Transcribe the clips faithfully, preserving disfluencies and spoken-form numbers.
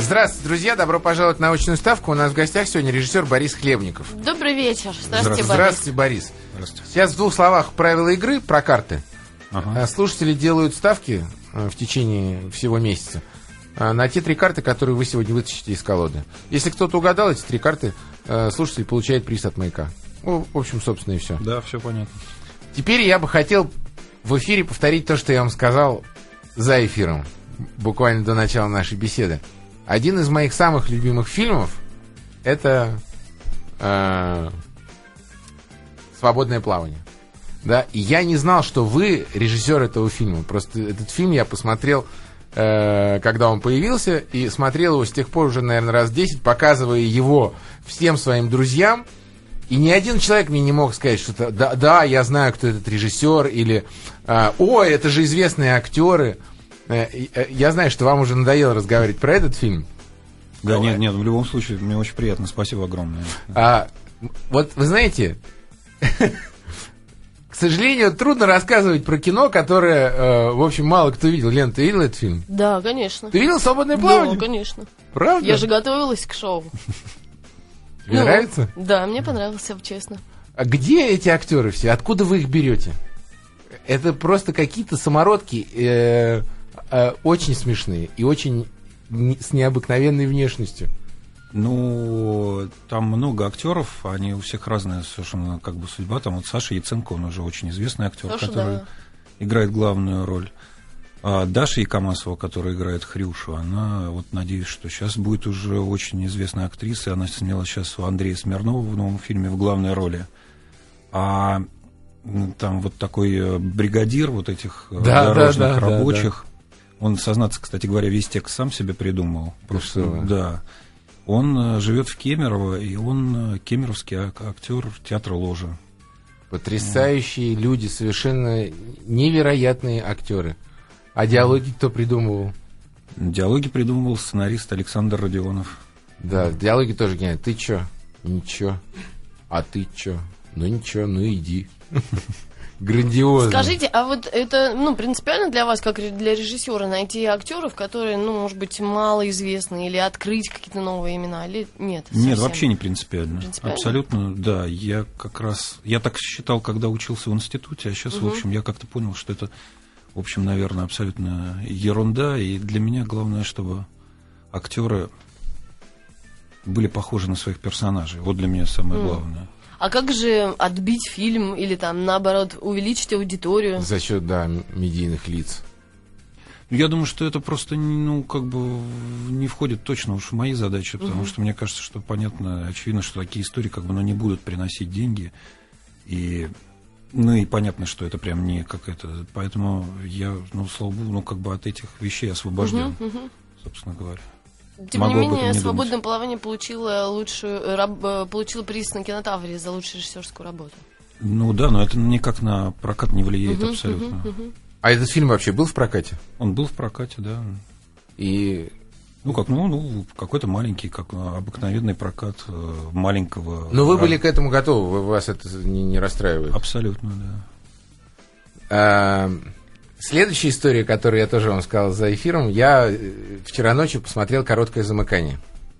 Здравствуйте, друзья. Добро пожаловать на научную ставку. У нас в гостях сегодня режиссер Борис Хлебников. Добрый вечер. Здравствуйте, Здравствуйте, Борис. Здравствуйте, Борис. Здравствуйте. Сейчас в двух словах правила игры про карты. Ага. Слушатели делают ставки в течение всего месяца на те три карты, которые вы сегодня вытащите из колоды. Если кто-то угадал эти три карты, слушатель получает приз от Маяка. Ну, в общем, собственно, и все. Да, все понятно. Теперь я бы хотел в эфире повторить то, что я вам сказал за эфиром, буквально до начала нашей беседы. Один из моих самых любимых фильмов — это э, «Свободное плавание». Да? И я не знал, что вы режиссер этого фильма. Просто этот фильм я посмотрел, э, когда он появился, и смотрел его с тех пор уже, наверное, раз десять, показывая его всем своим друзьям. И ни один человек мне не мог сказать, что да, да, я знаю, кто этот режиссер, или э, ой, это же известные актеры. Я знаю, что вам уже надоело разговаривать про этот фильм. Да, нет, нет, в любом случае, мне очень приятно, спасибо огромное. А, вот вы знаете, к сожалению, трудно рассказывать про кино, которое, в общем, мало кто видел. Лен, ты видел этот фильм? Да, конечно. Ты видел «Свободное плавание»? Да, конечно. Правда? Я же готовилась к шоу. Тебе ну, нравится? Да, мне понравился, честно. А где эти актеры все? Откуда вы их берете? Это просто какие-то самородки, э, э, очень смешные и очень не, с необыкновенной внешностью. Ну, там много актеров, они у всех разная совершенно как бы судьба. Там вот Саша Яценко, он уже очень известный актер, Саша, который да. играет главную роль. А Даша Якомасова, которая играет Хрюшу, она, вот надеюсь, что сейчас будет уже очень известной актрисой. Она снялась сейчас у Андрея Смирнова в новом фильме в главной роли. А там вот такой бригадир вот этих да, дорожных да, да, рабочих. Да, да. Он, сознаться, кстати говоря, весь текст сам себе придумал. Просто, что? Да. Он живет в Кемерово, и он кемеровский актер театра Ложа. Потрясающие вот. Люди, совершенно невероятные актеры. А диалоги кто придумывал? Диалоги придумывал сценарист Александр Родионов. Да, диалоги тоже гениальные. Ты чё? Ничего. А ты чё? Ну ничего, ну иди. Грандиозно. Скажите, а вот это, ну, принципиально для вас, как для режиссера, найти актеров, которые, ну, может быть, малоизвестны, или открыть какие-то новые имена, или нет? Нет, совсем? вообще не принципиально. принципиально. Абсолютно, да. Я как раз, я так считал, когда учился в институте, а сейчас, угу. в общем, я как-то понял, что это, в общем, наверное, абсолютно ерунда. И для меня главное, чтобы актеры были похожи на своих персонажей. Вот для меня самое mm. главное. А как же отбить фильм или там, наоборот, увеличить аудиторию? За счет, да, медийных лиц. Я думаю, что это просто, ну, как бы не входит точно уж в мои задачи, потому uh-huh. что мне кажется, что понятно, очевидно, что такие истории как бы, ну, не будут приносить деньги. И, ну, и понятно, что это прям не какая-то... Поэтому я, ну, слава богу, ну, как бы от этих вещей освобожден, uh-huh, uh-huh. собственно говоря. Тем Могу не менее, не «Свободное думать. плавание» получило, лучшую, раб, получило приз на Кинотавре за лучшую режиссерскую работу. Ну да, но это никак на прокат не влияет uh-huh, абсолютно. Uh-huh, uh-huh. А этот фильм вообще был в прокате? Он был в прокате, да. И... Ну, как, ну, ну, какой-то маленький, как обыкновенный прокат маленького... Но вы были к этому готовы, вас это не, не расстраивает? Абсолютно, да. А, следующая история, которую я тоже вам сказал за эфиром, я вчера ночью посмотрел «Короткое замыкание».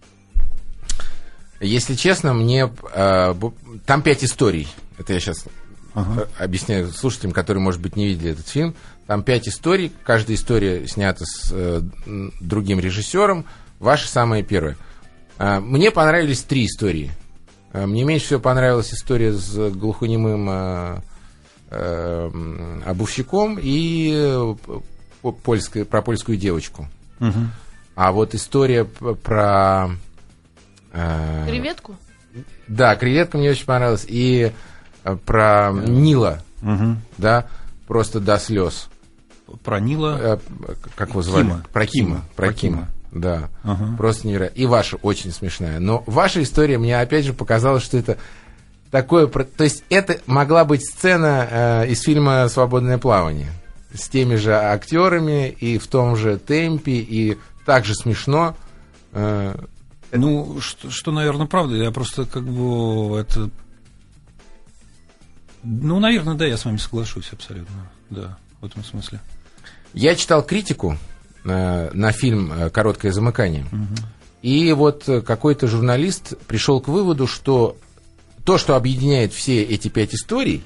Если честно, мне... А, там пять историй. Это я сейчас ага. объясняю слушателям, которые, может быть, не видели этот фильм. Там пять историй. Каждая история снята с э, другим режиссером. Ваша самая первая. А, мне понравились три истории. А, мне меньше всего понравилась история с глухонемым э, э, обувщиком и польская, про польскую девочку. Угу. А вот история про... Э, Креветку? Да, креветка мне очень понравилась. И э, про yeah. Нила. Угу. Да, просто до слез. Про Нила? Э, как его звали? Кима. Про Кима. Кима. Про Про Кима. Кима. Да. Ага. Просто невероятно. И ваша очень смешная. Но ваша история мне опять же показала, что это такое... То есть это могла быть сцена э, из фильма «Свободное плавание». С теми же актерами и в том же темпе, и так же смешно. Э, ну, что, что, наверное, правда. Я просто как бы это... Ну, наверное, да, я с вами соглашусь абсолютно. Да, в этом смысле. Я читал критику на фильм «Короткое замыкание». Угу. И вот какой-то журналист пришел к выводу, что то, что объединяет все эти пять историй,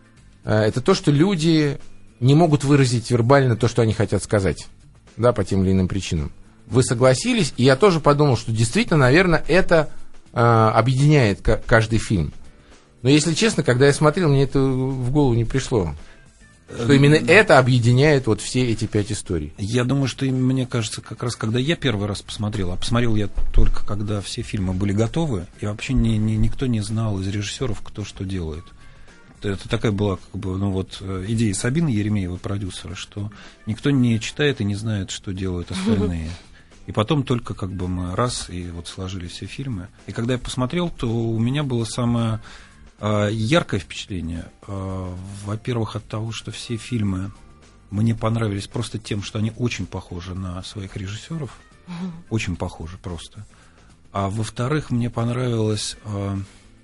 это то, что люди не могут выразить вербально то, что они хотят сказать, да, по тем или иным причинам. Вы согласились, и я тоже подумал, что действительно, наверное, это э, объединяет к- каждый фильм. Но, если честно, когда я смотрел, мне это в голову не пришло. Что именно это объединяет вот все эти пять историй. Я думаю, что мне кажется, как раз когда я первый раз посмотрел, а посмотрел я только когда все фильмы были готовы, и вообще ни, ни, никто не знал из режиссеров, кто что делает. Это такая была как бы, ну вот, идея Сабины Еремеевой, продюсера, что никто не читает и не знает, что делают остальные. И потом только как бы мы раз, и вот сложили все фильмы. И когда я посмотрел, то у меня было самое э, яркое впечатление. Э, во-первых, от того, что все фильмы мне понравились просто тем, что они очень похожи на своих режиссеров. Очень похожи просто. А во-вторых, мне понравилось э,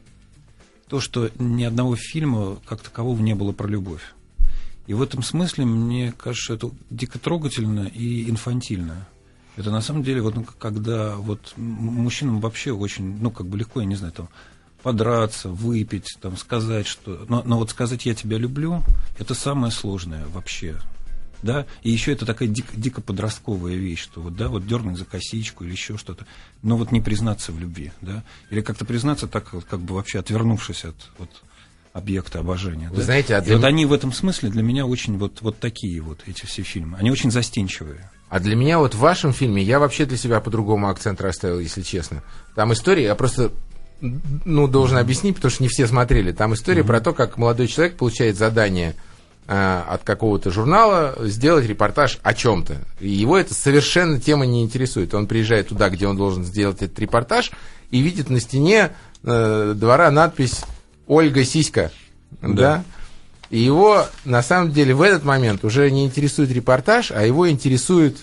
то, что ни одного фильма как такового не было про любовь. И в этом смысле, мне кажется, это дико трогательно и инфантильно. Это на самом деле, вот, ну, когда вот мужчинам вообще очень, ну, как бы легко, я не знаю, там, подраться, выпить, там, сказать, что... Но, но вот сказать «я тебя люблю» — это самое сложное вообще, да? И еще это такая дико, дико подростковая вещь, что вот, да, вот дернуть за косичку или еще что-то, но вот не признаться в любви, да? Или как-то признаться так, вот, как бы вообще отвернувшись от вот, объекта обожания. Вы да? знаете, а для... И вот они в этом смысле для меня очень вот, вот такие вот эти все фильмы. Они очень застенчивые. А для меня вот в вашем фильме, я вообще для себя по-другому акцент расставил, если честно. Там история, я просто, ну, должен объяснить, потому что не все смотрели. Там история mm-hmm. про то, как молодой человек получает задание э, от какого-то журнала сделать репортаж о чем-то. И его эта совершенно тема не интересует. Он приезжает туда, где он должен сделать этот репортаж, и видит на стене э, двора надпись «Ольга Сиська». Да. да? И его, на самом деле, в этот момент уже не интересует репортаж, а его интересует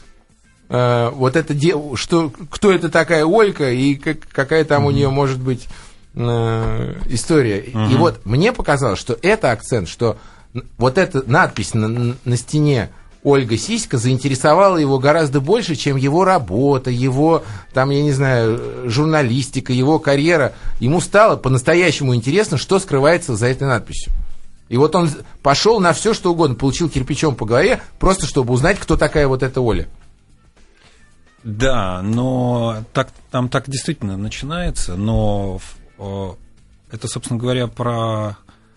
э, вот это, де... что, кто это такая Ольга и как, какая там mm-hmm. у нее может быть э, история. Mm-hmm. И вот мне показалось, что это акцент, что вот эта надпись на, на стене «Ольга Сиська» заинтересовала его гораздо больше, чем его работа, его, там, я не знаю, журналистика, его карьера. Ему стало по-настоящему интересно, что скрывается за этой надписью. И вот он пошел на все, что угодно, получил кирпичом по голове, просто чтобы узнать, кто такая вот эта Оля. Да, но так, там так действительно начинается, но о, это, собственно говоря, про,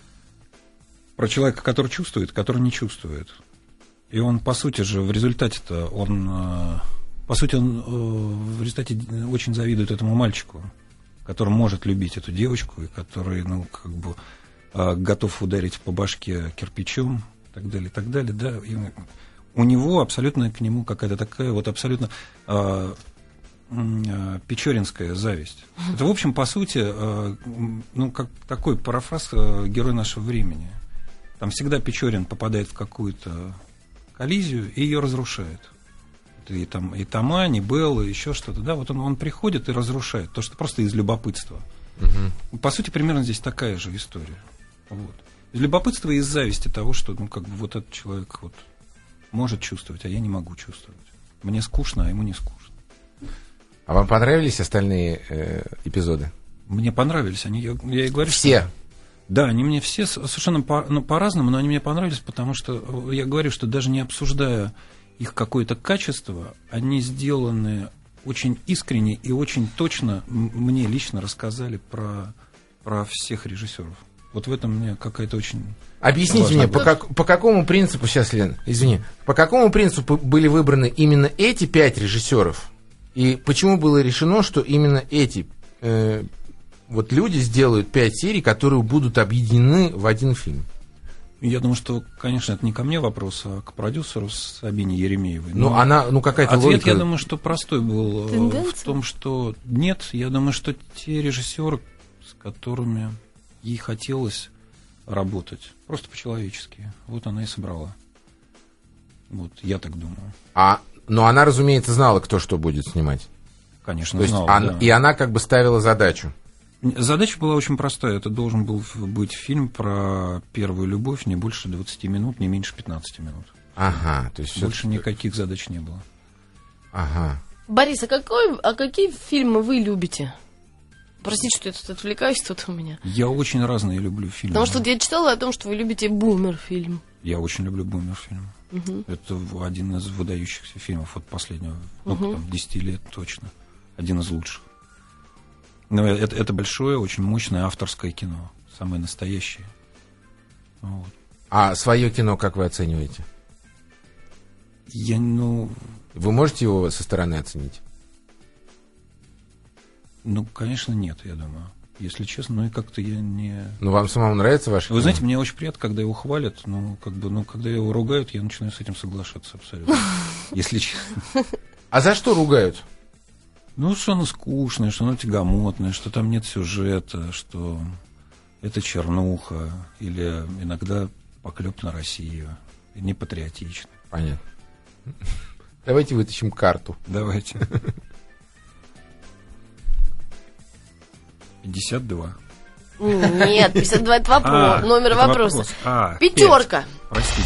про человека, который чувствует, который не чувствует. И он, по сути же, в результате-то, он, по сути, он в результате очень завидует этому мальчику, который может любить эту девочку, и который, ну, как бы... готов ударить по башке кирпичом, и так далее, и так далее, да, и у него абсолютно к нему какая-то такая вот абсолютно э, э, печоринская зависть. Это, в общем, по сути, э, ну, как такой парафраз э, «Герой нашего времени». Там всегда Печорин попадает в какую-то коллизию и ее разрушает. И, там, и Тамань, и Белла, и еще что-то, да, вот он, он приходит и разрушает, то, что просто из любопытства. Угу. По сути, примерно здесь такая же история. Вот. Из любопытства и из зависти того, что, ну, как бы вот этот человек вот может чувствовать, а я не могу чувствовать. Мне скучно, а ему не скучно. А вам понравились остальные э, эпизоды? Мне понравились. Они, я, я и говорю, все? Что, да, они мне все совершенно по, ну, по-разному, но они мне понравились, потому что я говорю, что даже не обсуждая их какое-то качество, они сделаны очень искренне и очень точно мне лично рассказали про, про всех режиссеров. Вот в этом мне какая-то очень... Объясните мне, по, как, по какому принципу, сейчас, Лен, извини, по какому принципу были выбраны именно эти пять режиссеров? И почему было решено, что именно эти э, вот люди сделают пять серий, которые будут объединены в один фильм? Я думаю, что, конечно, это не ко мне вопрос, а к продюсеру Сабине Еремеевой. Ну, она, ну, какая-то ответ, логика... я думаю, что простой был. Тенденция? В том, что нет, я думаю, что те режиссеры, с которыми ей хотелось работать, просто по-человечески, вот она и собрала. Вот, я так думаю. А, но она, разумеется, знала, кто что будет снимать. Конечно, То знала, есть она, да. И она как бы ставила задачу. Задача была очень простая. Это должен был быть фильм про первую любовь, не больше двадцати минут, не меньше пятнадцати минут. Ага. То есть больше никаких задач не было. Ага. Борис, а, какой, а какие фильмы вы любите? Простите, что я тут отвлекаюсь тут у меня. Я очень разные люблю фильмы. Потому что я читала о том, что вы любите бумер-фильм. Я очень люблю бумер-фильм. Угу. Это один из выдающихся фильмов от последнего, ну, Угу. там, десяти лет точно. Один из лучших. Но это, это большое, очень мощное авторское кино. Самое настоящее. Вот. А свое кино как вы оцениваете? Я, ну... Вы можете его со стороны оценить? Ну, конечно, нет, я думаю. Если честно, ну и как-то я не... Ну, вам самому нравится ваше кино? Вы знаете, мне очень приятно, когда его хвалят, но как бы, ну, когда его ругают, я начинаю с этим соглашаться абсолютно. Если честно. А за что ругают? Ну, что оно скучное, что оно тягомотное, что там нет сюжета, что это чернуха, или иногда поклеп на Россию, не патриотично. Понятно. Давайте вытащим карту. Давайте. пятьдесят два. Нет, пятьдесят два это вопрос, А, номер это вопроса. вопрос. А, Пятерка. пять. Простите.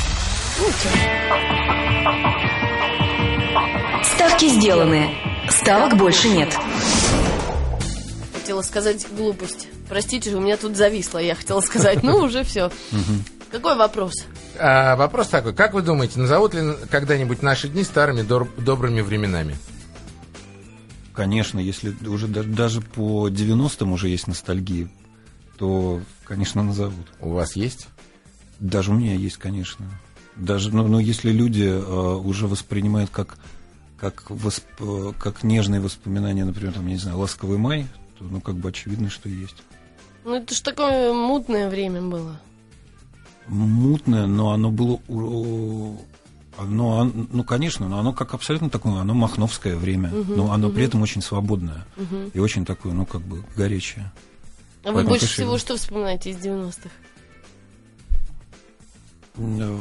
Ставки сделаны. Ставок больше нет. Хотела сказать глупость. Простите, у меня тут зависло, я хотела сказать. Ну, уже все. Какой вопрос? А, вопрос такой. Как вы думаете, назовут ли когда-нибудь наши дни старыми дор- добрыми временами? Конечно, если уже да- даже по девяностым уже есть ностальгия, то, конечно, назовут. У вас есть? Даже у меня есть, конечно. Даже, ну, ну если люди э, уже воспринимают как, как, восп, э, как нежные воспоминания, например, там, я не знаю, «Ласковый май», то, ну, как бы очевидно, что есть. Ну, это ж такое мутное время было. Мутное, но оно было... у- Оно, он- ну, конечно, но оно как абсолютно такое, оно махновское время, Мгм, но оно мгм. при этом очень свободное Мгм. и очень такое, ну, как бы горячее. А вы Поэтому больше пиши. всего что вспоминаете из девяностых? Э,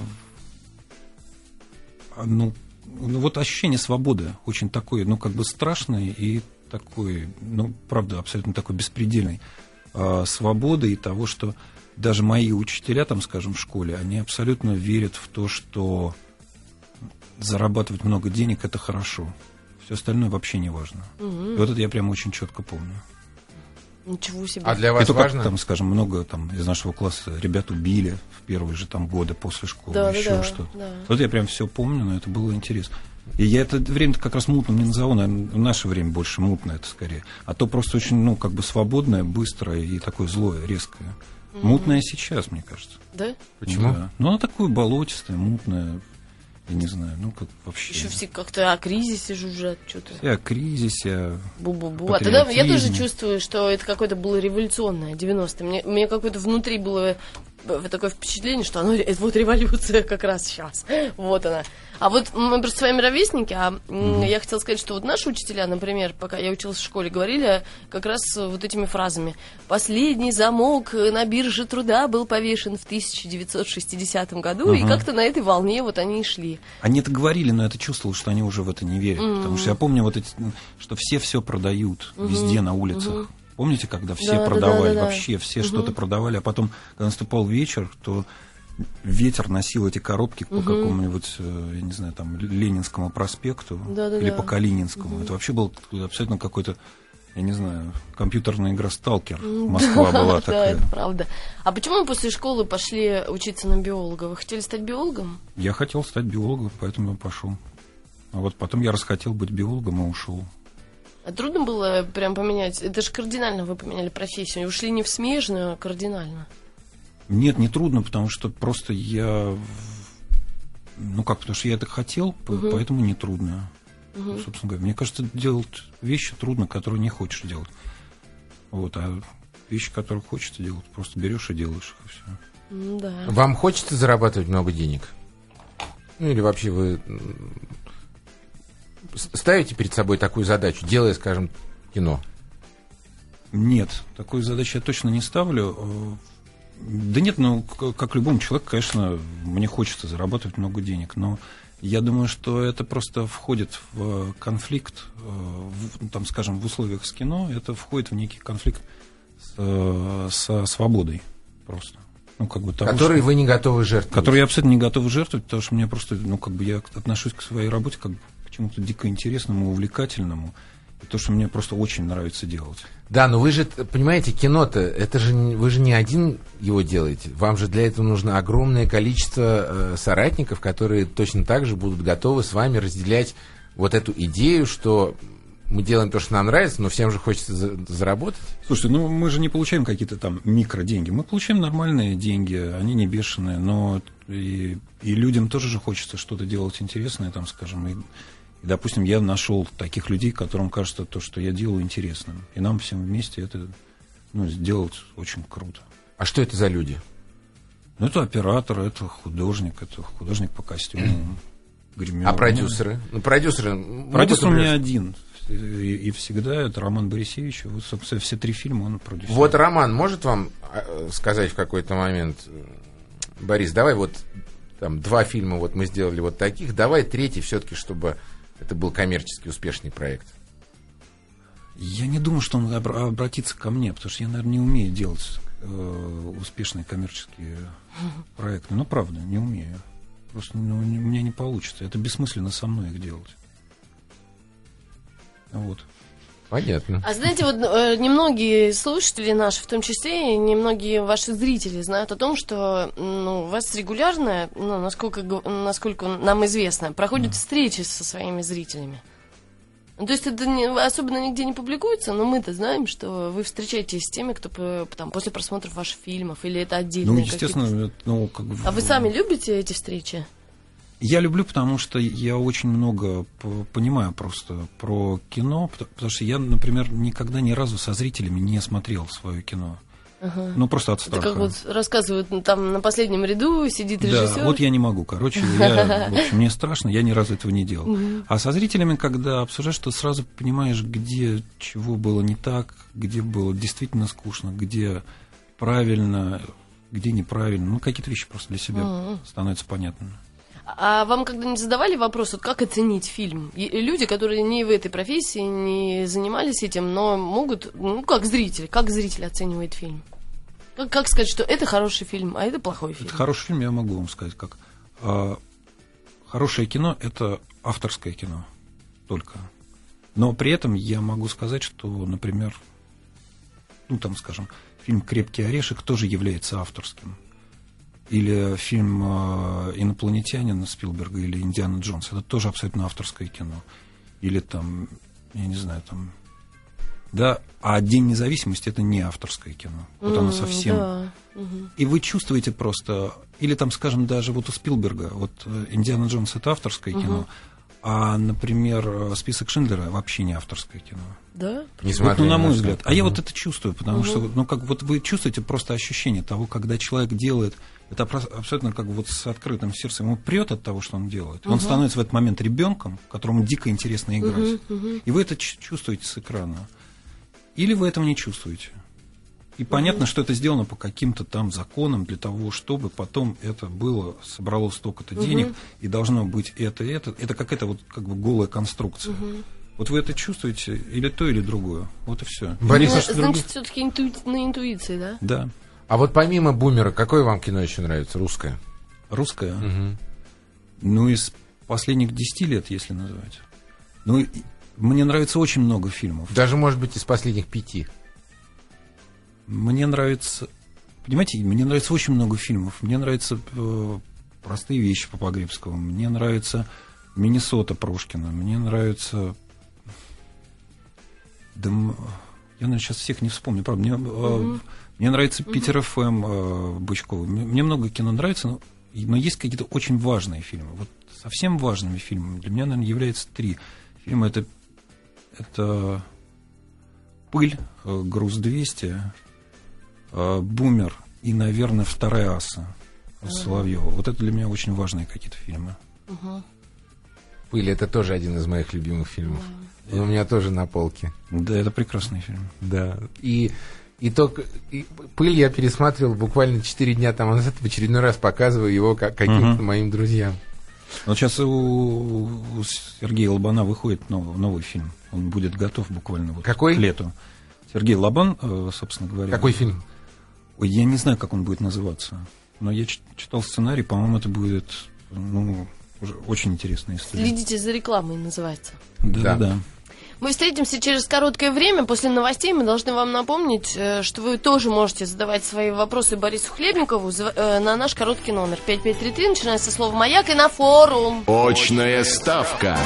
Ну, ну, вот ощущение свободы очень такое, ну, как бы страшное и такое, ну, правда, абсолютно такой беспредельной а, свободы и того, что даже мои учителя, там, скажем, в школе, они абсолютно верят в то, что зарабатывать много денег – это хорошо. Все остальное вообще не важно. Мгм. И вот это я прямо очень четко помню. Ничего себе. А для вас Это как, важно? там, скажем, много там, из нашего класса ребят убили в первые же там, годы после школы, Да, да, еще да, что-то. да. Вот я прям все помню, но это было интересно. И я это время как раз мутным не назову, наверное, в наше время больше мутное это скорее. А то просто очень, ну, как бы свободное, быстрое и такое злое, резкое. Мутное сейчас, мне кажется. Да? Почему? Да. Ну, оно такое болотистое, мутное, я не знаю, ну, как вообще. Еще все как-то о кризисе жужжат, что-то. И о кризисе, о Бу-бу-бу. А тогда я тоже патриотизме. чувствую, что это какое-то было революционное, девяностые. Мне, мне какое-то внутри было такое впечатление, что оно, это вот революция как раз сейчас. Вот она. А вот мы просто с вами ровесники, а м, я хотела сказать, что вот наши учителя, например, пока я училась в школе, говорили как раз вот этими фразами. Последний замок на бирже труда был повешен в тысяча девятьсот шестидесятом году, и Мгм. как-то на этой волне вот они и шли. Они это говорили, но это чувствовал, что они уже в это не верят. Потому что я помню, вот эти, ну, что все все продают везде на улицах. Помните, когда все Да, да, продавали, да, да, да. вообще все что-то продавали, а потом, когда наступал вечер, то ветер носил эти коробки по какому-нибудь, э, я не знаю, там, Ленинскому проспекту Да, да, или да. по Калининскому. Это вообще был абсолютно какой-то, я не знаю, компьютерная игра «Сталкер». Москва была Да, такая. это правда. А почему вы после школы пошли учиться на биолога? Вы хотели стать биологом? Я хотел стать биологом, поэтому я пошел. А вот потом я расхотел быть биологом и ушел. А трудно было прям поменять? Это же кардинально вы поменяли профессию. Ушли не в смежную, а кардинально. Нет, не трудно, потому что просто я... Ну как, потому что я это хотел, п- Мгм. поэтому не трудно. Мгм. Собственно говоря, мне кажется, делать вещи трудно, которые не хочешь делать. Вот, а вещи, которые хочется делать, просто берешь и делаешь их, и все. М, Да. Вам хочется зарабатывать много денег? Ну или вообще вы м, с- ставите перед собой такую задачу, делая, скажем, кино? Нет, такой задачи я точно не ставлю. Э, Да нет, ну, к- как любому человеку, конечно, мне хочется зарабатывать много денег, но я думаю, что это просто входит в конфликт, э, в, ну, там, скажем, в условиях с кино, это входит в некий конфликт с, э, со свободой просто. Ну, как бы того, Которые что- вы не готовы жертвовать? который я абсолютно не готов жертвовать, потому что мне просто, ну, как бы я отношусь к своей работе как бы к чему-то дико интересному, увлекательному. И то, что мне просто очень нравится делать. Да, но вы же, понимаете, кино-то, это же вы же не один его делаете. Вам же для этого нужно огромное количество э, соратников, которые точно так же будут готовы с вами разделять вот эту идею, что мы делаем то, что нам нравится, но всем же хочется за- заработать. Слушайте, ну мы же не получаем какие-то там микроденьги. Мы получаем нормальные деньги, они не бешеные, но и, и людям тоже же хочется что-то делать интересное, там, скажем, и, и, допустим, я нашел таких людей, которым кажется то, что я делаю, интересным. И нам всем вместе это, ну, сделать очень круто. А что это за люди? Ну, это оператор, это художник, это художник по костюму, гример. А продюсеры? Ну, продюсеры... Продюсер у могут, меня например, один. И, и всегда это Роман Борисевич. Вот, собственно, все три фильма он продюсирует. Вот Роман может вам э, сказать в какой-то момент: Борис, давай вот там два фильма вот мы сделали вот таких, давай третий все-таки, чтобы это был коммерчески успешный проект. Я не думаю, что он обр- обратится ко мне, потому что я, наверное, не умею делать э, успешные коммерческие проекты. Ну, правда, не умею. Просто ну, не, у меня не получится. Это бессмысленно со мной их делать. Вот. Понятно. А знаете, вот э, немногие слушатели наши, в том числе и немногие ваши зрители, знают о том, что ну, у вас регулярно, ну, насколько, насколько нам известно, проходят встречи со своими зрителями. Ну, то есть это не, особенно нигде не публикуется, но мы-то знаем, что вы встречаетесь с теми, кто там, после просмотров ваших фильмов, или это отдельные Ну, естественно, ну, как бы... А вы сами любите эти встречи? Я люблю, потому что я очень много понимаю просто про кино, потому что я, например, никогда ни разу со зрителями не смотрел свое кино. Ага. Ну, просто от страха. Это как вот рассказывают, ну, там на последнем ряду сидит режиссер. Да, вот я не могу, короче, я, в общем, мне страшно, я ни разу этого не делал. Угу. А со зрителями, когда обсуждаешь, то сразу понимаешь, где чего было не так, где было действительно скучно, где правильно, где неправильно. Ну, какие-то вещи просто для себя угу. становятся понятными. А вам когда-нибудь задавали вопрос, вот как оценить фильм? И люди, которые не в этой профессии, не занимались этим, но могут, ну, как зритель, как зритель оценивает фильм? Как, как сказать, что это хороший фильм, а это плохой фильм? Это хороший фильм, я могу вам сказать, как. А, хорошее кино – это авторское кино только. Но при этом я могу сказать, что, например, ну, там, скажем, фильм «Крепкий орешек» тоже является авторским. Или фильм «Инопланетянин» Спилберга, или «Индиана Джонс». Это тоже абсолютно авторское кино. Или там, я не знаю, там... Да, а «День независимости» — это не авторское кино. Вот mm, оно совсем... Да. Угу. И вы чувствуете просто... Или там, скажем, даже вот у Спилберга, вот «Индиана Джонс» — это авторское угу. кино, а, например, «Список Шиндлера» вообще не авторское кино. Да? Вот, ну, на мой взгляд. А угу. я вот это чувствую, потому угу. что, ну, как вот вы чувствуете просто ощущение того, когда человек делает... Это абсолютно как вот с открытым сердцем. Ему прет от того, что он делает. Uh-huh. Он становится в этот момент ребенком, которому дико интересно играть. Uh-huh, uh-huh. И вы это чувствуете с экрана. Или вы этого не чувствуете. И uh-huh. понятно, что это сделано по каким-то там законам для того, чтобы потом это было, собрало столько-то uh-huh. денег, и должно быть это и это. Это какая-то вот как бы голая конструкция. Uh-huh. Вот вы это чувствуете, или то, или другое. Вот и все. Борис, ну, значит, других... все-таки интуи... на интуиции, да? Да. А вот помимо «Бумера», какое вам кино еще нравится? Русское? Русское? Угу. Ну, из последних десяти лет, если назвать. Ну, мне нравится очень много фильмов. Даже, может быть, из последних пяти. Мне нравится... Понимаете, мне нравится очень много фильмов. Мне нравятся э, «Простые вещи» по Погребскому. Мне нравится «Миннесота» Прошкина. Мне нравится... Да, я, наверное, сейчас всех не вспомню. Правда, мне... Угу. Мне нравится «Питер эф эм» э, Бычкова. Мне, мне много кино нравится, но, но есть какие-то очень важные фильмы. Вот совсем важными фильмами для меня, наверное, являются три фильма. Это, это «Пыль», э, «Груз двести», э, «Бумер» и, наверное, «Вторая аса» uh-huh. Соловьева. Вот это для меня очень важные какие-то фильмы. Uh-huh. «Пыль» — это тоже один из моих любимых фильмов. Uh-huh. Он у меня тоже на полке. Да, это прекрасный фильм. Да. И... И то, и «Пыль» я пересматривал буквально четыре дня тому назад, в очередной раз показываю его как, каким-то uh-huh. моим друзьям. Вот сейчас у, у Сергея Лобана выходит новый, новый фильм. Он будет готов буквально вот Какой? к лету. Сергей Лобан, собственно говоря. Какой фильм? Ой, я не знаю, как он будет называться. Но я читал сценарий, по-моему, это будет... Ну, Уже очень интересная история. Следите за рекламой, называется. Да, да. да. Мы встретимся через короткое время. После новостей мы должны вам напомнить, что вы тоже можете задавать свои вопросы Борису Хлебникову на наш короткий номер пять пять три три, начиная со слова «Маяк» и на форум. Очная ставка.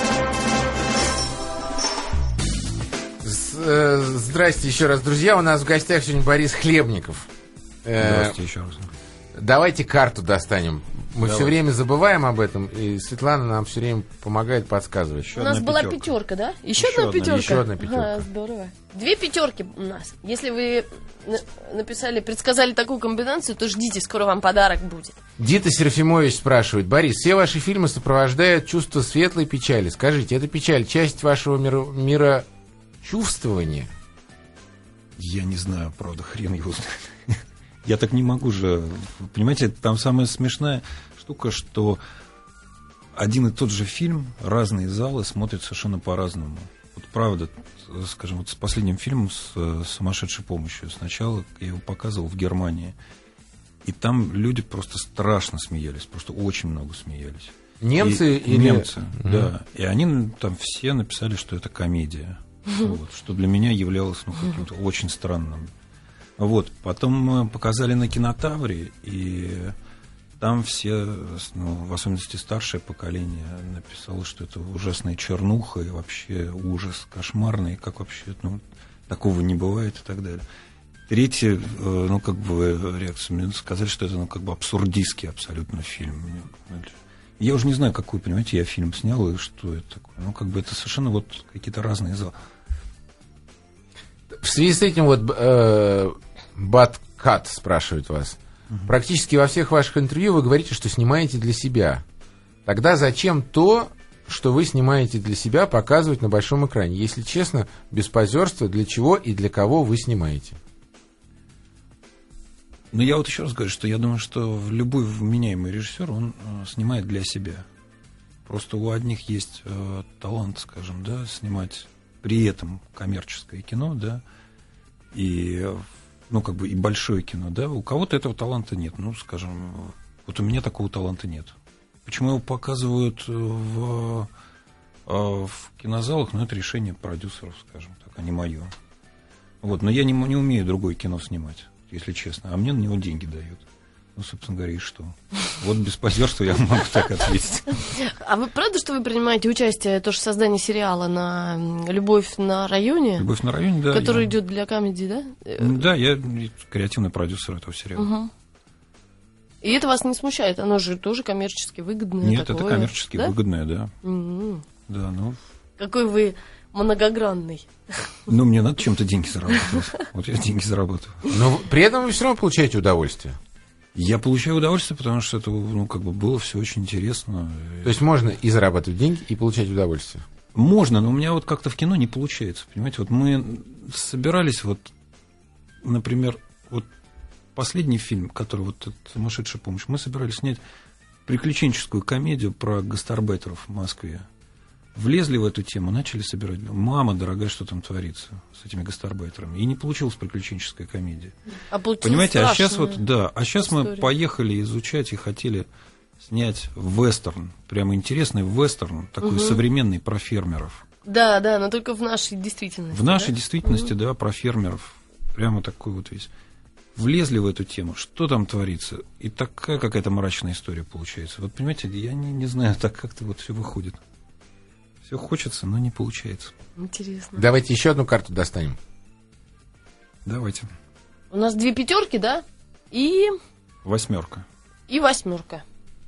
Здрасте еще раз, друзья. У нас в гостях сегодня Борис Хлебников. Здравствуйте еще раз. Давайте карту достанем. Мы Давай. все время забываем об этом, и Светлана нам все время помогает, подсказывать. Еще у нас была пятерка, пятерка да? Еще, еще одна, одна пятерка? Еще одна пятерка. А, здорово. Две пятерки у нас. Если вы написали, предсказали такую комбинацию, то ждите, скоро вам подарок будет. Дита Серафимович спрашивает: Борис, все ваши фильмы сопровождают чувство светлой печали. Скажите, эта печаль часть вашего мира, мира чувствования? Я не знаю, правда, хрен его знает. Я так не могу же. Понимаете, там самая смешная штука, что один и тот же фильм, разные залы смотрят совершенно по-разному. Вот правда, скажем, вот с последним фильмом с «Сумасшедшей помощью». Сначала я его показывал в Германии, и там люди просто страшно смеялись, просто очень много смеялись. Немцы и, или... Немцы, mm-hmm. да. И они там все написали, что это комедия. Вот, что для меня являлось ну, каким-то очень странным. Вот, потом мы показали на Кинотавре, и там все, ну, в особенности старшее поколение, написало, что это ужасная чернуха, и вообще ужас кошмарный, как вообще, ну, такого не бывает и так далее. Третье, ну, как бы реакция, мне сказали, что это, ну, как бы абсурдистский абсолютно фильм. Я уже не знаю, какой, понимаете, я фильм снял, и что это такое. Ну, как бы это совершенно вот какие-то разные залы. В связи с этим вот э, Баткат спрашивает вас. Угу. Практически во всех ваших интервью вы говорите, что снимаете для себя. Тогда зачем то, что вы снимаете для себя, показывать на большом экране? Если честно, без позерства, для чего и для кого вы снимаете? Ну, я вот еще раз говорю, что я думаю, что любой вменяемый режиссер, он э, снимает для себя. Просто у одних есть э, талант, скажем, да, снимать при этом коммерческое кино, да, и, ну, как бы, и большое кино, да, у кого-то этого таланта нет, ну, скажем, вот у меня такого таланта нет. Почему его показывают в, в кинозалах, ну, это решение продюсеров, скажем так, а не мое. Вот, но я не, не умею другое кино снимать, если честно, а мне на него деньги дают. Ну, собственно говоря, и что? Вот без позерства я могу так ответить. А вы правда, что вы принимаете участие тоже в создании сериала на «Любовь на районе»? «Любовь на районе», да. Который я... идет для комедии, да? Да, я креативный продюсер этого сериала. Угу. И это вас не смущает? Оно же тоже коммерчески выгодное. Нет, такое, это коммерчески да? выгодное, да. Угу. Да, ну... Какой вы многогранный. Ну, мне надо чем-то деньги заработать. Вот я деньги заработаю. Но при этом вы все равно получаете удовольствие. Я получаю удовольствие, потому что это, ну, как бы было все очень интересно. То есть можно и зарабатывать деньги, и получать удовольствие? Можно, но у меня вот как-то в кино не получается. Понимаете, вот мы собирались, вот, например, вот последний фильм, который вот «Сумасшедшая помощь», мы собирались снять приключенческую комедию про гастарбайтеров в Москве. Влезли в эту тему, начали собирать. Мама дорогая, что там творится с этими гастарбайтерами. И не получилась приключенческая комедия. А понимаете, а сейчас вот, да, а сейчас история. Мы поехали изучать и хотели снять вестерн. Прямо интересный вестерн, такой угу. современный про фермеров. Да, да, но только в нашей действительности. В нашей да? действительности, угу. да, про фермеров. Прямо такой вот весь. Влезли в эту тему, что там творится. И такая какая-то мрачная история получается. Вот понимаете, я не, не знаю, так как-то вот все выходит. Все хочется, но не получается. Интересно. Давайте еще одну карту достанем. Давайте. У нас две пятерки, да? И... Восьмерка. И восьмерка.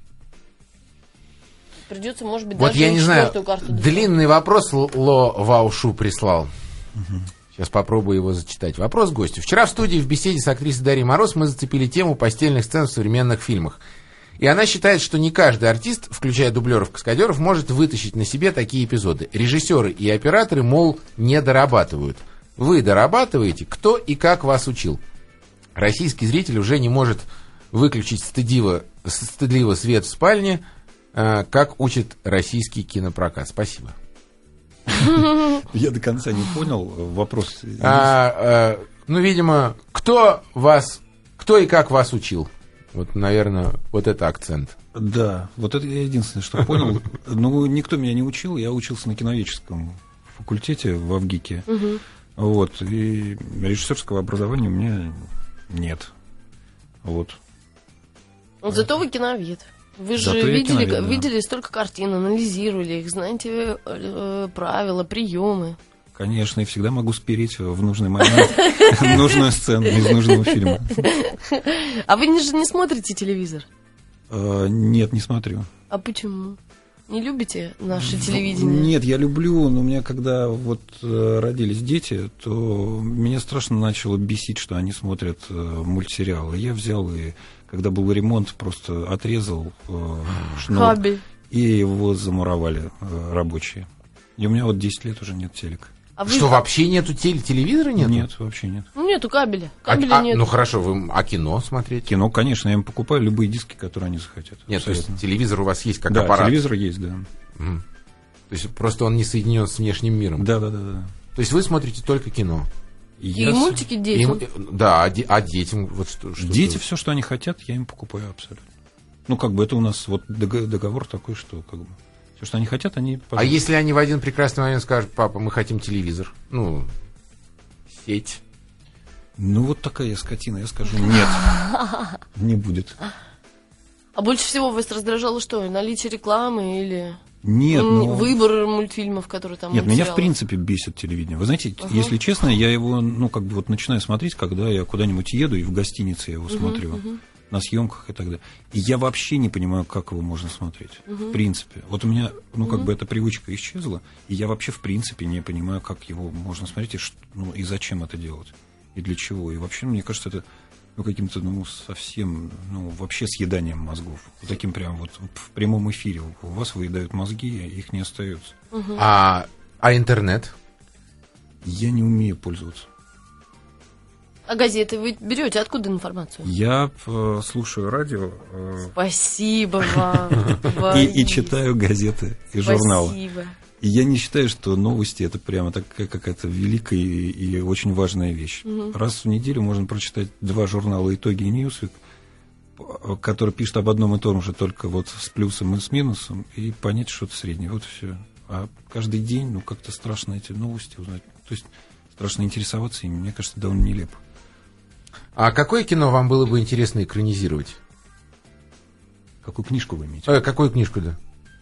Придется, может быть, вот даже я не знаю, карту достанем. Длинный вопрос Ло Ваушу прислал. Угу. Сейчас попробую его зачитать. Вопрос гостю. Вчера в студии в беседе с актрисой Дарьей Мороз мы зацепили тему постельных сцен в современных фильмах. И она считает, что не каждый артист, включая дублеров-каскадеров, может вытащить на себе такие эпизоды. Режиссеры и операторы, мол, не дорабатывают. Вы дорабатываете? Кто и как вас учил? Российский зритель уже не может выключить стыдливо, стыдливо свет в спальне, э, как учит российский кинопрокат. Спасибо. Я до конца не понял вопрос. А, а, ну, видимо, кто вас, кто и как вас учил? Вот, наверное, вот это акцент. Да, вот это я единственное, что понял. Ну, никто меня не учил, я учился на киноведческом факультете в АВГИКе. Угу. Вот, и режиссерского образования у меня нет. Вот. Вот зато вы киновед. Вы же Зато видели, киновед, да. видели столько картин, анализировали их, знаете э, правила, приемы. Конечно, и всегда могу спереть в нужный момент нужную сцену из нужного фильма. А вы же не смотрите телевизор? Нет, не смотрю. А почему? Не любите наше телевидение? Нет, я люблю, но у меня, когда вот родились дети, то меня страшно начало бесить, что они смотрят мультсериалы. Я взял и, когда был ремонт, просто отрезал шнур, и его замуровали рабочие. И у меня вот десять лет уже нет телека. А вы... Что, вообще нету теле- телевизора? Нету? Нет, вообще нет. Ну, нету кабеля. Кабеля а, а, нет. ну, хорошо, вы, а кино смотреть? Кино, конечно, я им покупаю любые диски, которые они захотят. Нет, то есть телевизор у вас есть как да, аппарат? телевизор есть, да. Mm. То есть просто он не соединен с внешним миром? Да, да, да, да. То есть вы смотрите только кино? И я... мультики детям? И, да, а, де, а детям? Вот что, что Дети, вы... все, что они хотят, я им покупаю абсолютно. Ну, как бы это у нас вот договор такой, что как бы... Все, что они хотят, они... Пожалуйста. А если они в один прекрасный момент скажут: папа, мы хотим телевизор, ну, сеть? Ну, вот такая я скотина, я скажу: нет, не будет. А больше всего вас раздражало что? Наличие рекламы или... Нет, ну... Выбор мультфильмов, которые там... Нет, меня в принципе бесит телевидение. Вы знаете, uh-huh. если честно, я его, ну, как бы вот начинаю смотреть, когда я куда-нибудь еду, и в гостинице я его uh-huh, смотрю. Uh-huh. На съемках и так далее. И я вообще не понимаю, как его можно смотреть. Uh-huh. В принципе. Вот у меня, ну, как uh-huh. бы эта привычка исчезла, и я вообще, в принципе, не понимаю, как его можно смотреть, и, что, ну, и зачем это делать, и для чего. И вообще, мне кажется, это ну, каким-то, ну, совсем, ну, вообще съеданием мозгов. Вот таким прям вот в прямом эфире. У вас выедают мозги, их не остается. Uh-huh. А, а интернет? Я не умею пользоваться. А газеты вы берете? Откуда информацию? Я э, слушаю радио. Э, Спасибо вам. И, и читаю газеты и журналы. Спасибо. И я не считаю, что новости — это прямо такая какая-то великая и, и очень важная вещь. Угу. Раз в неделю можно прочитать два журнала «Итоги» и «Ньюсвик», которые пишут об одном и том же, только вот с плюсом и с минусом, и понять что-то среднее. Вот все. А каждый день, ну, как-то страшно эти новости узнать. То есть страшно интересоваться ими. Мне кажется, довольно нелепо. А какое кино вам было бы интересно экранизировать? Какую книжку вы имеете? Э, какую книжку, да?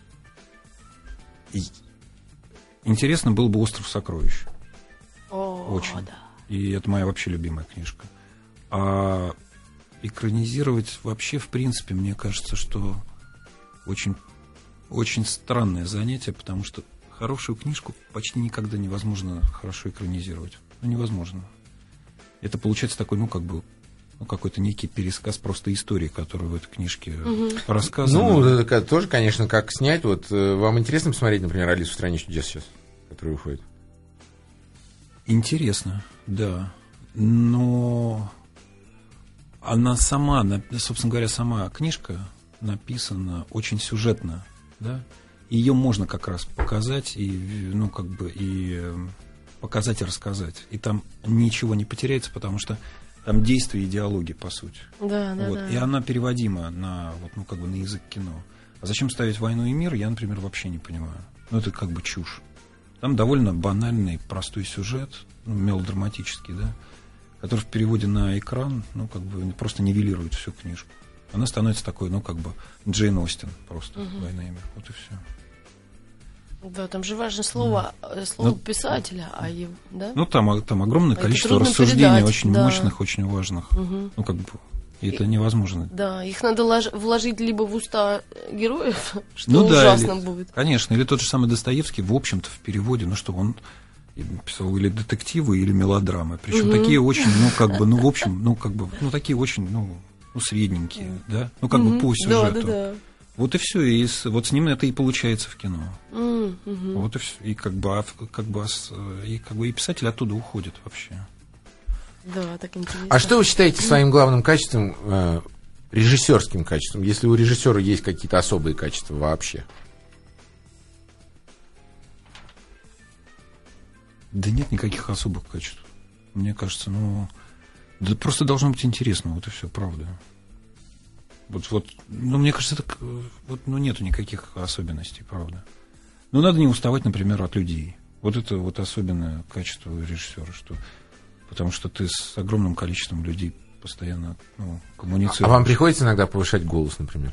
И... Интересно было бы «Остров сокровищ». О, очень. Да. И это моя вообще любимая книжка. А экранизировать вообще, в принципе, мне кажется, что очень, очень странное занятие, потому что хорошую книжку почти никогда невозможно хорошо экранизировать. Ну, невозможно. Это получается такой, ну, как бы, ну, какой-то некий пересказ просто истории, которую в этой книжке угу. рассказана. Ну, это тоже, конечно, как снять. Вот вам интересно посмотреть, например, «Алису в стране чудес» сейчас, которая выходит? Интересно, да. Но она сама, собственно говоря, сама книжка написана очень сюжетно, да. Ее можно как раз показать и, ну, как бы, и показать и рассказать. И там ничего не потеряется, потому что там действие и диалоги, по сути. Да, да, вот. да. И она переводима на, вот, ну, как бы на язык кино. А зачем ставить «Войну и мир», я, например, вообще не понимаю. Ну, это как бы чушь. Там довольно банальный, простой сюжет, ну, мелодраматический, да, который в переводе на экран, ну, как бы просто нивелирует всю книжку. Она становится такой, ну, как бы Джейн Остин просто, угу. «Война и мир». Вот и все. Да, там же важно слово, mm. слово ну, писателя, а его, да? Ну, там, там огромное а количество рассуждений, передать, очень да. мощных, очень важных. Угу. Ну, как бы, это и, невозможно. Да, их надо лож- вложить либо в уста героев, что ну, ужасно да, или, будет. Конечно, или тот же самый Достоевский, в общем-то, в переводе, ну, что он писал или детективы, или мелодрамы. Причем угу. такие очень, ну, как бы, ну, в общем, ну, как бы, ну, такие очень, ну, ну средненькие, mm. да? Ну, как угу. бы по сюжету. Да, да, да. Вот и все, и с, вот с ним это и получается в кино. Mm-hmm. Вот и все, и как бы, как бы, и как бы и писатель оттуда уходит вообще. Да, так интересно. А что вы считаете своим главным качеством, э, режиссерским качеством, если у режиссера есть какие-то особые качества вообще? Да нет никаких особых качеств. Мне кажется, ну, да просто должно быть интересно, вот и все, правда. Вот, вот, ну, мне кажется, это, вот, ну, нету никаких особенностей, правда. Но надо не уставать, например, от людей. Вот это вот особенное качество режиссера, что, потому что ты с огромным количеством людей постоянно, ну, коммуницируешь. А вам приходится иногда повышать голос, например?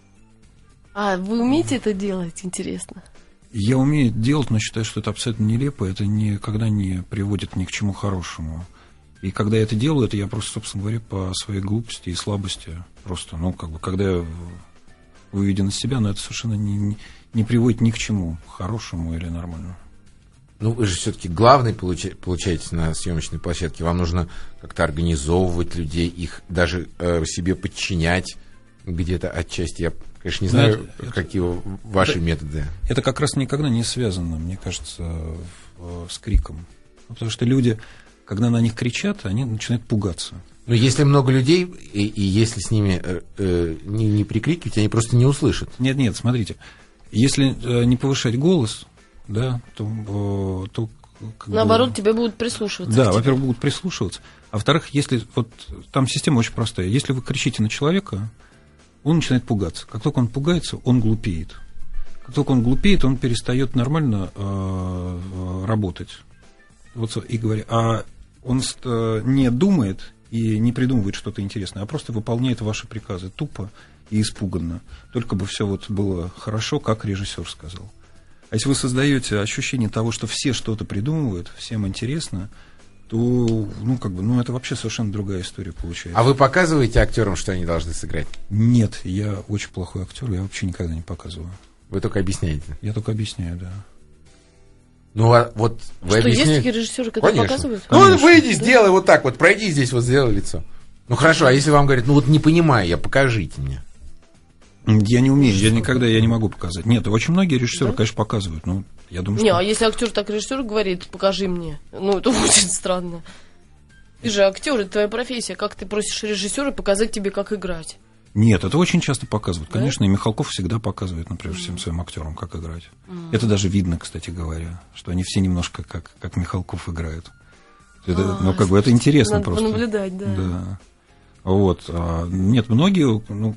А вы умеете это делать, интересно? Я умею это делать, но считаю, что это абсолютно нелепо, это никогда не приводит ни к чему хорошему. И когда я это делаю, это я просто, собственно говоря, по своей глупости и слабости просто, ну, как бы, когда я выведен из себя, но это совершенно не, не приводит ни к чему хорошему или нормальному. Ну, вы же все-таки главный получа- получаете на съемочной площадке. Вам нужно как-то организовывать людей, их даже э, себе подчинять где-то отчасти. Я, конечно, не знаю, это, какие это, ваши это, методы. Это как раз никогда не связано, мне кажется, в, с криком. Потому что люди, когда на них кричат, они начинают пугаться. Но если много людей, и, и если с ними э, э, не, не прикрикивать, они просто не услышат. Нет, нет, смотрите. Если э, не повышать голос, да, то... то наоборот, бы, тебе будут прислушиваться. Да, во-первых, будут прислушиваться. А во-вторых, если... Вот там система очень простая. Если вы кричите на человека, он начинает пугаться. Как только он пугается, он глупеет. Как только он глупеет, он перестает нормально э, работать. Вот, и говоря, а он э, не думает и не придумывает что-то интересное, а просто выполняет ваши приказы тупо и испуганно. Только бы все вот было хорошо, как режиссер сказал. А если вы создаете ощущение того, что все что-то придумывают, всем интересно, то, ну, как бы, ну, это вообще совершенно другая история получается. А вы показываете актерам, что они должны сыграть? Нет, я очень плохой актер, я вообще никогда не показываю. Вы только объясняете? Я только объясняю, да. Ну, а вот вы что, объясняете... есть такие режиссеры, которые Конечно. показывают? Ну, Конечно. выйди, Да? сделай вот так вот, пройди здесь, вот сделай лицо. Ну, хорошо, а если вам говорят, ну, вот не понимаю я, покажите мне. Я не умею, я никогда я не могу показать. Нет, очень многие режиссеры, да? Конечно, показывают. Но я думаю, не, что... а если актер так режиссер говорит, покажи мне, ну, это очень странно. Ты же актер, это твоя профессия. Как ты просишь режиссера показать тебе, как играть? Нет, это очень часто показывают. Да? Конечно, и Михалков всегда показывает, например, всем своим актерам, как играть. Mm. Это даже видно, кстати говоря, что они все немножко как, как Михалков играют. Это, а, ну, как бы это интересно надо просто. понаблюдать, да. Да. Вот. А, нет, многие, ну,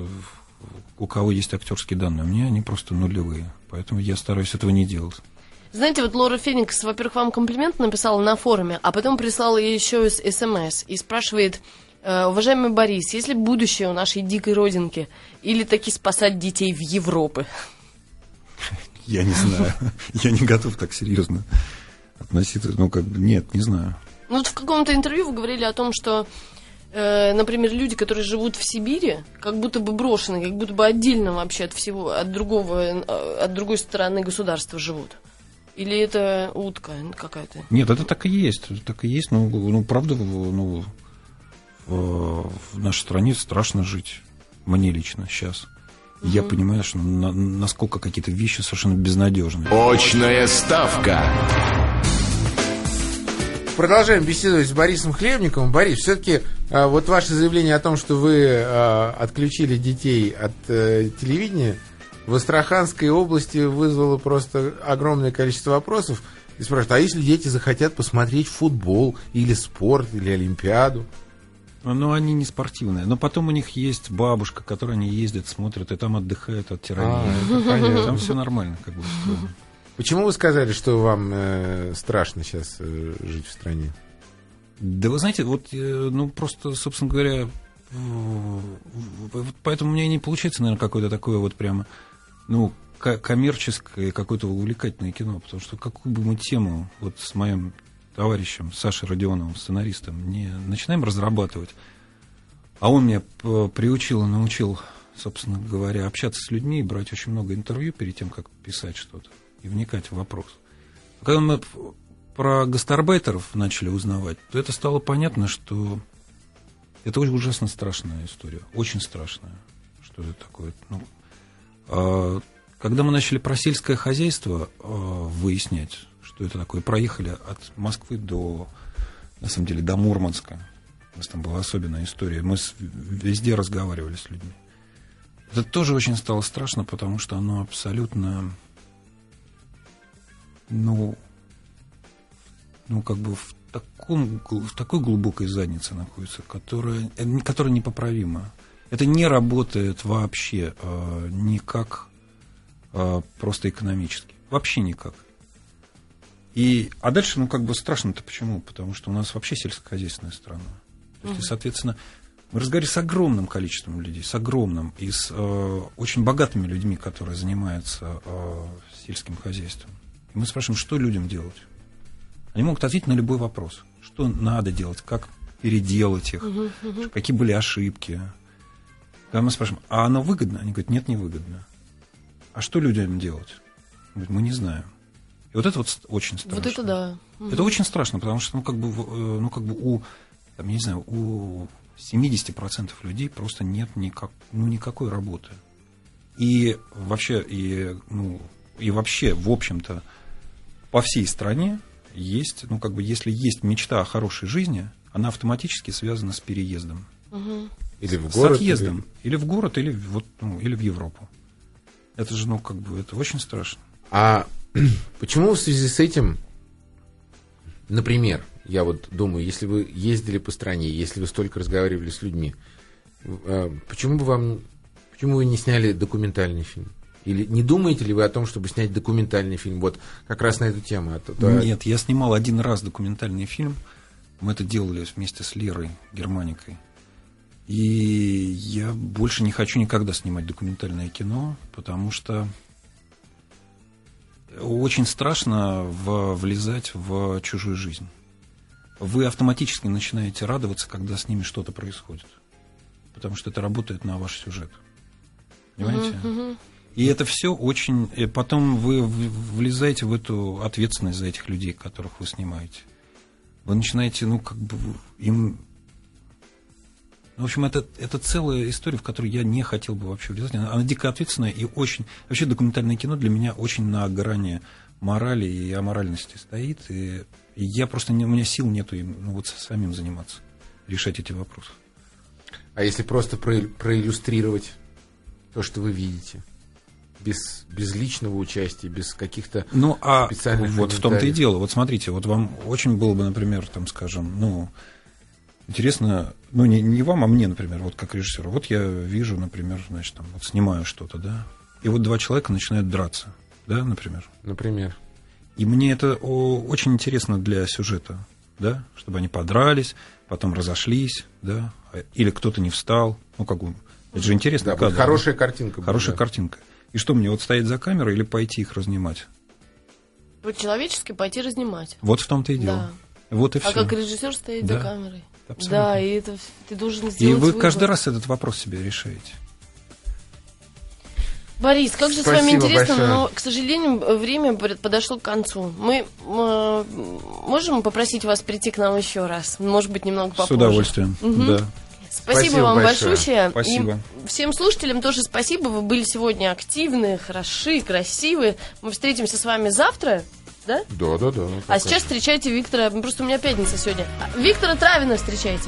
у кого есть актерские данные, у меня они просто нулевые. Поэтому я стараюсь этого не делать. Знаете, вот Лора Феникс, во-первых, вам комплимент написала на форуме, а потом прислала еще из СМС и спрашивает: уважаемый Борис, есть ли будущее у нашей дикой родинки или таки спасать детей в Европе? Я не знаю. Я не готов так серьезно относиться. Ну, как бы, нет, не знаю. Ну, вот в каком-то интервью вы говорили о том, что, э, например, люди, которые живут в Сибири, как будто бы брошены, как будто бы отдельно вообще от всего, от другого, от другой стороны государства живут. Или это утка какая-то? Нет, это так и есть. Так и есть. Ну, ну правда, ну, в, в нашей стране страшно жить. Мне лично сейчас. Mm-hmm. Я понимаю, что на, насколько какие-то вещи совершенно безнадежны. Очная ставка. Продолжаем беседовать с Борисом Хлебниковым. Борис, все-таки а, вот ваше заявление о том, что вы а, отключили детей от а, телевидения, в Астраханской области вызвало просто огромное количество вопросов. И спрашивают, а если дети захотят посмотреть футбол или спорт, или Олимпиаду? Ну, они не спортивные. Но потом у них есть бабушка, которой они ездят, смотрят, и там отдыхают от тирании. А, там все нормально, как бы. Почему вы сказали, что вам э, страшно сейчас э, жить в стране? Да вы знаете, вот, э, ну, просто, собственно говоря, э, поэтому у меня и не получается, наверное, какое-то такое вот прямо, ну, коммерческое, какое-то увлекательное кино, потому что какую бы мы тему вот с моим товарищем Сашей Родионовым, сценаристом, не начинаем разрабатывать, а он меня приучил и научил, собственно говоря, общаться с людьми, брать очень много интервью перед тем, как писать что-то и вникать в вопрос. Когда мы про гастарбайтеров начали узнавать, то это стало понятно, что это очень ужасно страшная история, очень страшная, что это такое. Ну, а когда мы начали про сельское хозяйство выяснять, что это такое, проехали от Москвы до, на самом деле, до Мурманска. У нас там была особенная история. Мы везде разговаривали с людьми. Это тоже очень стало страшно, потому что оно абсолютно, ну, ну как бы в, таком, в такой глубокой заднице находится, которая, которая непоправима. Это не работает вообще э, никак э, просто экономически. Вообще никак. И, а дальше, ну, как бы страшно-то почему? Потому что у нас вообще сельскохозяйственная страна. То есть, и, соответственно, мы разговариваем с огромным количеством людей, с огромным, и с э, очень богатыми людьми, которые занимаются э, сельским хозяйством. И мы спрашиваем, что людям делать? Они могут ответить на любой вопрос. Что надо делать, как переделать их, uh-huh, uh-huh. какие были ошибки. Когда мы спрашиваем, а оно выгодно? Они говорят, нет, не выгодно. А что людям делать? Они говорят, мы не знаем. И вот это вот очень страшно. Вот это да. Uh-huh. Это очень страшно, потому что, ну, как бы, ну, как бы у, там, я не знаю, у семьдесят процентов людей просто нет никак, ну, никакой работы. И вообще, и, ну, и вообще, в общем-то, по всей стране есть, ну, как бы, если есть мечта о хорошей жизни, она автоматически связана с переездом. Угу. Или в с город. отъездом. Или... или в город, или, вот, ну, или в Европу. Это же, ну, как бы, это очень страшно. А почему в связи с этим, например, я вот думаю, если вы ездили по стране, если вы столько разговаривали с людьми, почему бы вам, почему вы не сняли документальный фильм? Или не думаете ли вы о том, чтобы снять документальный фильм вот как раз на эту тему? А то, то... Нет, я снимал один раз документальный фильм. Мы это делали вместе с Лерой Германикой. И я больше не хочу никогда снимать документальное кино, потому что очень страшно в, влезать в чужую жизнь. Вы автоматически начинаете радоваться, когда с ними что-то происходит. Потому что это работает на ваш сюжет. Понимаете? Uh-huh, uh-huh. И это все очень... И потом вы влезаете в эту ответственность за этих людей, которых вы снимаете. Вы начинаете, ну, как бы им... В общем, это, это целая история, в которую я не хотел бы вообще влезать. Она, она дико ответственная и очень... Вообще документальное кино для меня очень на грани морали и аморальности стоит. И, и я просто... Не, у меня сил нету им, ну, вот самим заниматься, решать эти вопросы. А если просто про, проиллюстрировать то, что вы видите? Без, без личного участия, без каких-то ну, а специальных вот в том-то и дело. Вот смотрите, вот вам очень было бы, например, там, скажем, ну, интересно, ну, не, не вам, а мне, например, вот как режиссеру. Вот я вижу, например, значит, там, вот снимаю что-то, да, и вот два человека начинают драться, да, например. Например. И мне это о, очень интересно для сюжета, да, чтобы они подрались, потом разошлись, да, или кто-то не встал, ну, как бы, это же интересно. Да, кадр, хорошая картинка. Хорошая да. картинка. И что мне, вот стоять за камерой или пойти их разнимать? По-человечески пойти разнимать. Вот в том-то и дело. Да. Вот и а все. как режиссер стоит да. за камерой. Абсолютно. Да, и это ты должен сделать И вы выбор. каждый раз этот вопрос себе решаете. Борис, как же Спасибо с вами интересно, большое. но, к сожалению, время подошло к концу. Мы э, можем попросить вас прийти к нам еще раз? Может быть, немного попозже. С удовольствием, угу. да. Спасибо, спасибо вам большое. большое. Спасибо. И всем слушателям тоже спасибо. Вы были сегодня активны, хороши, красивы. Мы встретимся с вами завтра, да? Да, да, да. А сейчас встречайте Виктора. Просто у меня пятница сегодня. Виктора Травина встречайте.